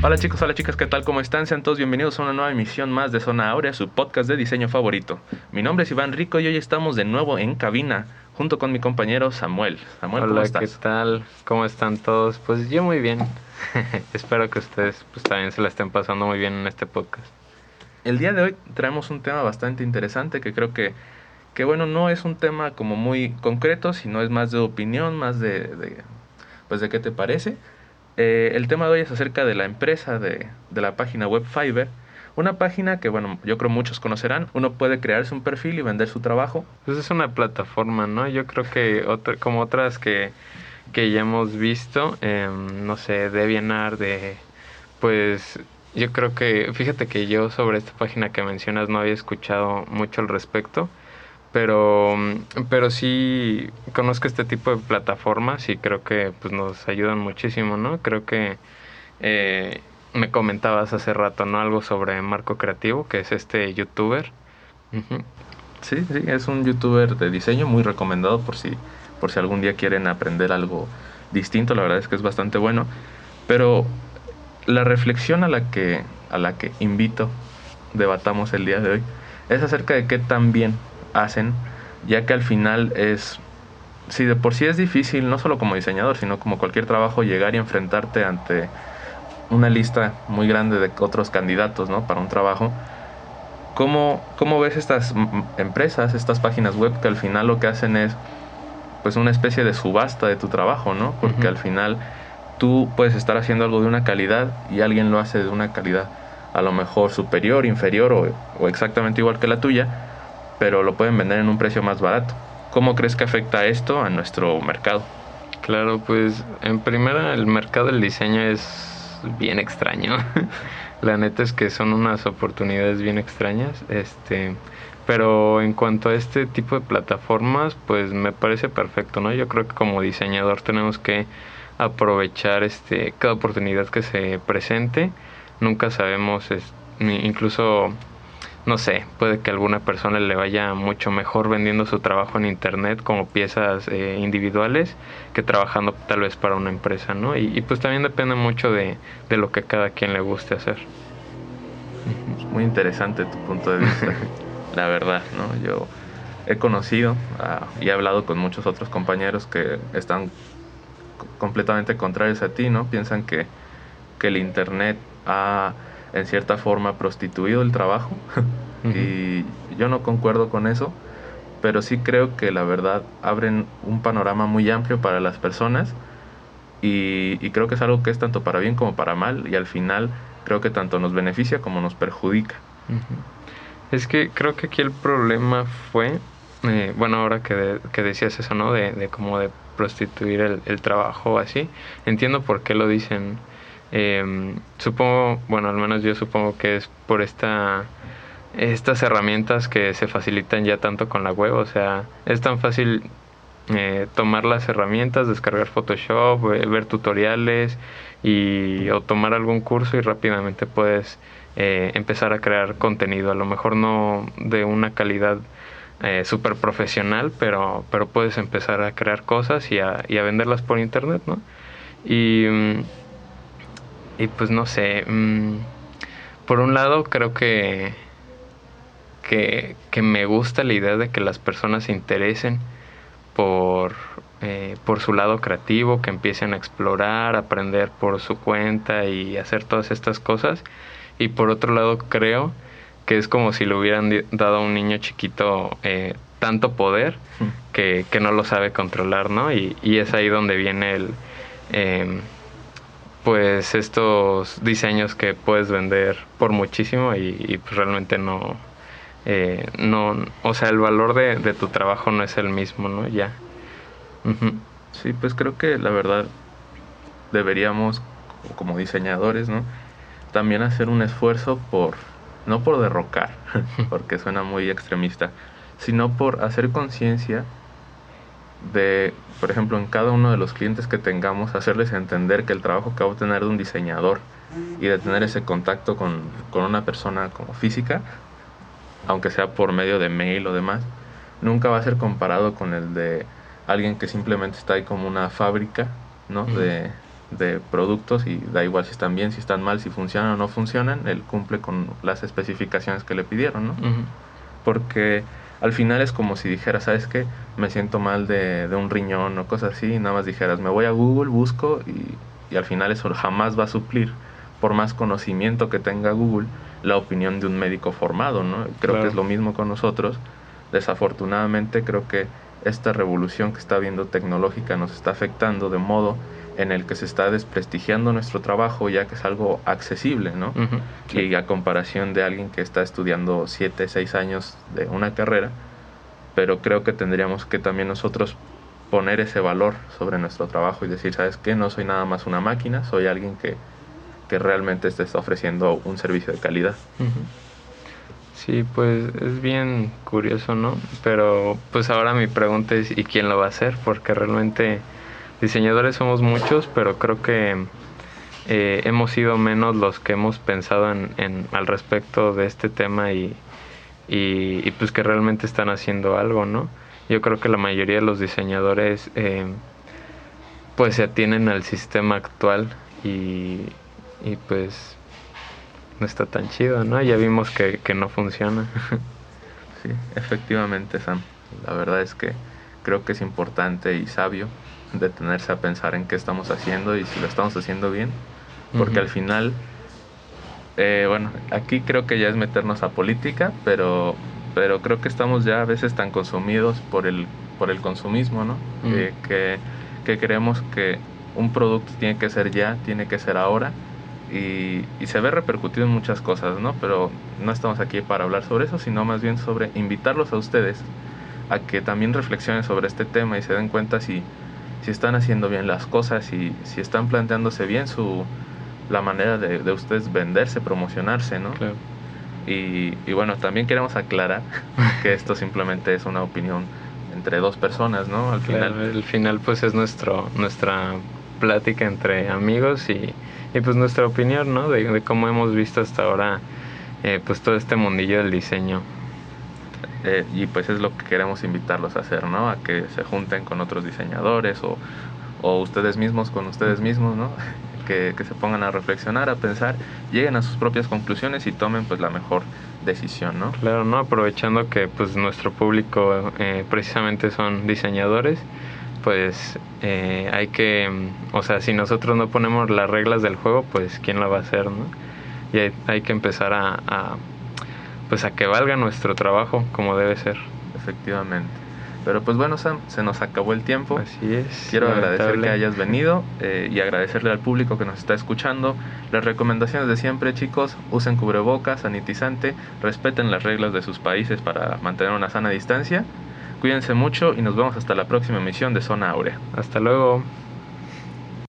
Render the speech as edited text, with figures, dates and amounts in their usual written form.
Hola chicos, hola chicas, ¿qué tal? ¿Cómo están? Sean todos bienvenidos a una nueva emisión más de Zona Áurea, su podcast de diseño favorito. Mi nombre es Iván Rico y hoy estamos de nuevo en cabina, junto con mi compañero Samuel. Samuel, ¿cómo Hola, ¿qué estás? tal? ¿Cómo están todos? Pues yo muy bien. Espero que ustedes pues también se la estén pasando muy bien en este podcast. El día de hoy traemos un tema bastante interesante que creo que bueno, no es un tema como muy concreto, sino es más de opinión, más pues de qué te parece. El tema de hoy es acerca de la empresa de la página web Fiverr. Una página que, bueno, yo creo muchos conocerán. Uno puede crearse un perfil y vender su trabajo. Pues es una plataforma, ¿no? Yo creo que como otras que ya hemos visto, no sé, DeviantArt, pues yo creo que, fíjate que yo sobre esta página que mencionas no había escuchado mucho al respecto. Pero, pero sí conozco este tipo de plataformas y creo que pues nos ayudan muchísimo, ¿no? Creo que eh, me comentabas hace rato, ¿no? Algo sobre Marco Creativo, que es este youtuber. Ujú. Sí, sí, es un youtuber de diseño muy recomendado por si algún día quieren aprender algo distinto. La verdad es que es bastante bueno. Pero la reflexión a la que invito, debatamos el día de hoy, es acerca de qué tan bien hacen, ya que al final es, si de por sí es difícil, no solo como diseñador, sino como cualquier trabajo, llegar y enfrentarte ante una lista muy grande de otros candidatos, ¿no? Para un trabajo. ¿Cómo ves estas empresas, estas páginas web que al final lo que hacen es pues una especie de subasta de tu trabajo, ¿no? Porque Ujú. al final tú puedes estar haciendo algo de una calidad y alguien lo hace de una calidad a lo mejor superior, inferior o exactamente igual que la tuya, pero lo pueden vender en un precio más barato. ¿Cómo crees que afecta esto a nuestro mercado? Claro, pues en primera el mercado del diseño es bien extraño. La neta es que son unas oportunidades bien extrañas, pero en cuanto a este tipo de plataformas, pues me parece perfecto, ¿no? Yo creo que como diseñador tenemos que aprovechar cada oportunidad que se presente. Nunca sabemos, incluso no sé, puede que a alguna persona le vaya mucho mejor vendiendo su trabajo en internet como piezas individuales que trabajando tal vez para una empresa, ¿no? Y pues también depende mucho de lo que cada quien le guste hacer. Es muy interesante tu punto de vista, la verdad, ¿no? Yo he conocido y he hablado con muchos otros compañeros que están completamente contrarios a ti, ¿no? Piensan que el Internet ha, en cierta forma, prostituido el trabajo. Ujú. Y yo no concuerdo con eso, pero sí creo que la verdad abren un panorama muy amplio para las personas y creo que es algo que es tanto para bien como para mal y al final creo que tanto nos beneficia como nos perjudica. Ujú. Es que creo que aquí el problema fue, bueno, ahora que decías eso, ¿no? De como de prostituir el trabajo así, entiendo por qué lo dicen. Supongo, bueno, al menos yo supongo que es por estas herramientas que se facilitan ya tanto con la web, o sea, es tan fácil tomar las herramientas, descargar Photoshop, ver tutoriales o tomar algún curso y rápidamente puedes empezar a crear contenido, a lo mejor no de una calidad súper profesional, pero puedes empezar a crear cosas y a venderlas por internet, ¿no? Y, mm, y pues no sé, por un lado creo que me gusta la idea de que las personas se interesen por, por su lado creativo, que empiecen a explorar, aprender por su cuenta y hacer todas estas cosas. Y por otro lado creo que es como si le hubieran dado a un niño chiquito tanto poder que no lo sabe controlar, ¿no? Y es ahí donde viene eh, pues estos diseños que puedes vender por muchísimo y pues realmente no, o sea, el valor de tu trabajo no es el mismo, ¿no? Ya. Ujú. Sí, pues creo que la verdad deberíamos, como diseñadores, ¿no? También hacer un esfuerzo no por derrocar, porque suena muy extremista, sino por hacer conciencia de, por ejemplo, en cada uno de los clientes que tengamos, hacerles entender que el trabajo que va a obtener de un diseñador y de tener ese contacto con una persona como física, aunque sea por medio de mail o demás, nunca va a ser comparado con el de alguien que simplemente está ahí como una fábrica, ¿no? Ujú. de productos y da igual si están bien, si están mal, si funcionan o no funcionan, él cumple con las especificaciones que le pidieron, ¿no? Ujú. Porque al final es como si dijeras, ¿sabes qué? Me siento mal de un riñón o cosas así, y nada más dijeras, me voy a Google, busco y al final eso jamás va a suplir, por más conocimiento que tenga Google, la opinión de un médico formado, ¿no? Creo que es Claro. lo mismo con nosotros. Desafortunadamente creo que esta revolución que está habiendo tecnológica nos está afectando de modo en el que se está desprestigiando nuestro trabajo ya que es algo accesible, ¿no? Ujú. Sí. Y a comparación de alguien que está estudiando 7 6 años de una carrera, pero creo que tendríamos que también nosotros poner ese valor sobre nuestro trabajo y decir, ¿sabes qué? No soy nada más una máquina, soy alguien que realmente te está ofreciendo un servicio de calidad. Ujú. Sí, pues es bien curioso, ¿no? Pero pues ahora mi pregunta es, ¿y quién lo va a hacer? Porque realmente diseñadores somos muchos, pero creo que hemos sido menos los que hemos pensado al respecto de este tema y pues que realmente están haciendo algo, ¿no? Yo creo que la mayoría de los diseñadores pues se atienen al sistema actual y, y pues no está tan chido, ¿no? Ya vimos que no funciona. Sí, efectivamente, Sam. La verdad es que creo que es importante y sabio detenerse a pensar en qué estamos haciendo y si lo estamos haciendo bien, porque Ujú. al final, bueno, aquí creo que ya es meternos a política, pero creo que estamos ya a veces tan consumidos por el consumismo, ¿no? Mm. Que creemos que un producto tiene que ser ya, tiene que ser ahora, y se ve repercutido en muchas cosas, ¿no? Pero no estamos aquí para hablar sobre eso, sino más bien sobre invitarlos a ustedes a que también reflexionen sobre este tema y se den cuenta si están haciendo bien las cosas y si están planteándose bien la manera de ustedes venderse, promocionarse, ¿no? Claro. Y bueno, también queremos aclarar que esto simplemente es una opinión entre dos personas, ¿no? Al final, Claro, el final pues es nuestra plática entre amigos y pues nuestra opinión, ¿no? De cómo hemos visto hasta ahora pues todo este mundillo del diseño. y pues es lo que queremos invitarlos a hacer, ¿no? A que se junten con otros diseñadores o ustedes mismos con ustedes Ujú. mismos, ¿no? Que se pongan a reflexionar, a pensar, lleguen a sus propias conclusiones y tomen pues la mejor decisión, ¿no? Claro, ¿no? Aprovechando que pues nuestro público precisamente son diseñadores, pues hay que, o sea, si nosotros no ponemos las reglas del juego, pues ¿quién la va a hacer, no? Y hay que empezar pues a que valga nuestro trabajo como debe ser. Efectivamente. Pero pues bueno, Sam, se nos acabó el tiempo. Así es, Quiero agradecer que lamentable. hayas venido y agradecerle al público que nos está escuchando. Las recomendaciones de siempre, chicos, usen cubrebocas, sanitizante, respeten las reglas de sus países para mantener una sana distancia. Cuídense mucho y nos vemos hasta la próxima emisión de Zona Áurea. Hasta luego.